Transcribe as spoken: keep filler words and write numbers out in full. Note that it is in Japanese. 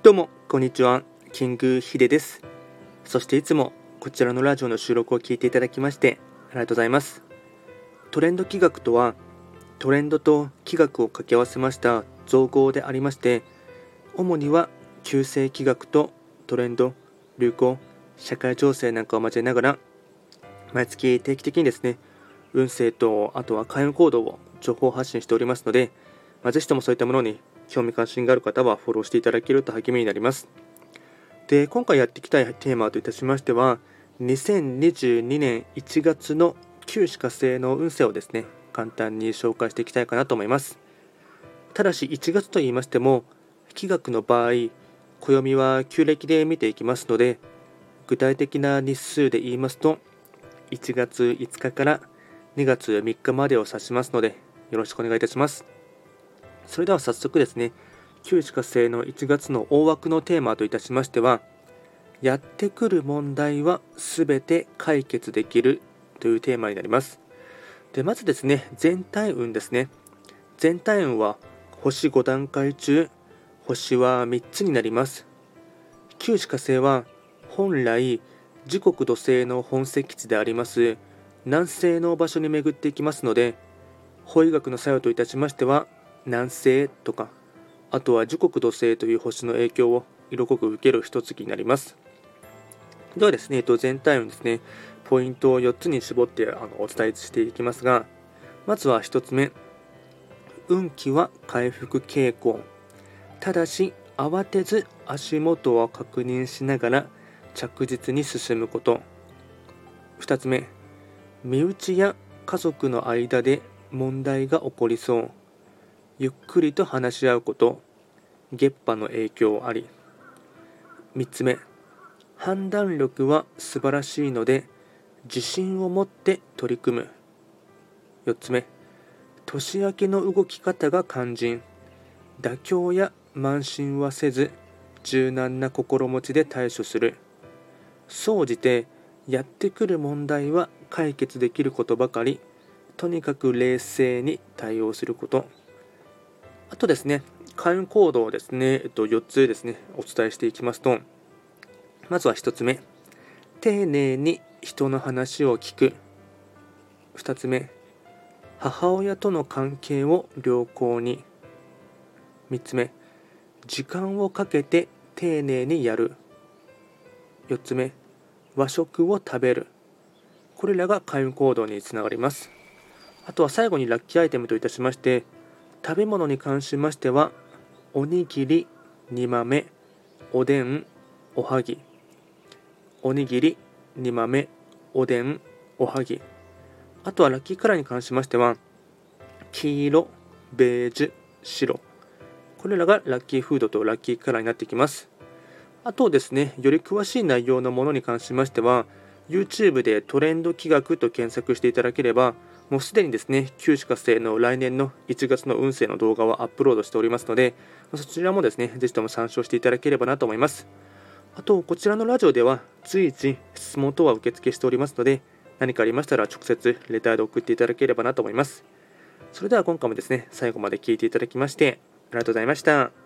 どうもこんにちは、キングヒデです。そしていつもこちらのラジオの収録を聞いていただきましてありがとうございます。トレンド企画とは、トレンドと企画を掛け合わせました造語でありまして、主には旧世企画とトレンド、流行、社会情勢なんかを交えながら、毎月定期的にですね、運勢とあとは開運行動を情報発信しておりますので、まあ、ぜひともそういったものに興味関心がある方はフォローしていただけると励みになります。で、今回やっていきたいテーマといたしましては、にせんにじゅうにねんいちがつの旧歯科星の運勢をですね、簡単に紹介していきたいかなと思います。ただしいちがつと言いましても、気学の場合、暦は旧暦で見ていきますので、具体的な日数で言いますと、いちがついつかからにがつみっかまでを指しますので、よろしくお願いいたします。それでは早速ですね、旧歯科星のいちがつの大枠のテーマといたしましては、やってくる問題はすべて解決できるというテーマになります。で、まずですね、全体運ですね。全体運は星ごだんかい中、星はみっつになります。旧歯科星は本来時刻土星の本石地であります南西の場所に巡っていきますので、法医学の作用といたしましては、南西とか、あとは時刻土星という星の影響を色濃く受ける一月になります。ではですね、全体運ですね、ポイントをよっつに絞ってあのお伝えしていきますが、まずはひとつめ、運気は回復傾向。ただし、慌てず足元を確認しながら着実に進むこと。ふたつめ、身内や家族の間で問題が起こりそう。ゆっくりと話し合うこと。月波の影響あり。みっつめ、判断力は素晴らしいので自信を持って取り組む。よっつめ、年明けの動き方が肝心。妥協や慢心はせず柔軟な心持ちで対処する。総じてやってくる問題は解決できることばかり、とにかく冷静に対応すること。あとですね、開運行動をですね、えっと、よっつですね、お伝えしていきますと、まずはひとつめ、丁寧に人の話を聞く。ふたつめ、母親との関係を良好に。みっつめ、時間をかけて丁寧にやる。よっつめ、和食を食べる。これらが開運行動につながります。あとは最後にラッキーアイテムといたしまして、食べ物に関しましては、おにぎり、煮豆、おでん、おはぎ。おにぎり、煮豆、おでん、おはぎ。あとはラッキーカラーに関しましては、黄色、ベージュ、白。これらがラッキーフードとラッキーカラーになってきます。あとですね、より詳しい内容のものに関しましては、YouTube でトレンド企画と検索していただければ、もうすでにですね、旧歯科星の来年のいちがつの運勢の動画をアップロードしておりますので、そちらもですね、ぜひとも参照していただければなと思います。あと、こちらのラジオでは随時質問等は受付しておりますので、何かありましたら直接レターで送っていただければなと思います。それでは今回もですね、最後まで聞いていただきましてありがとうございました。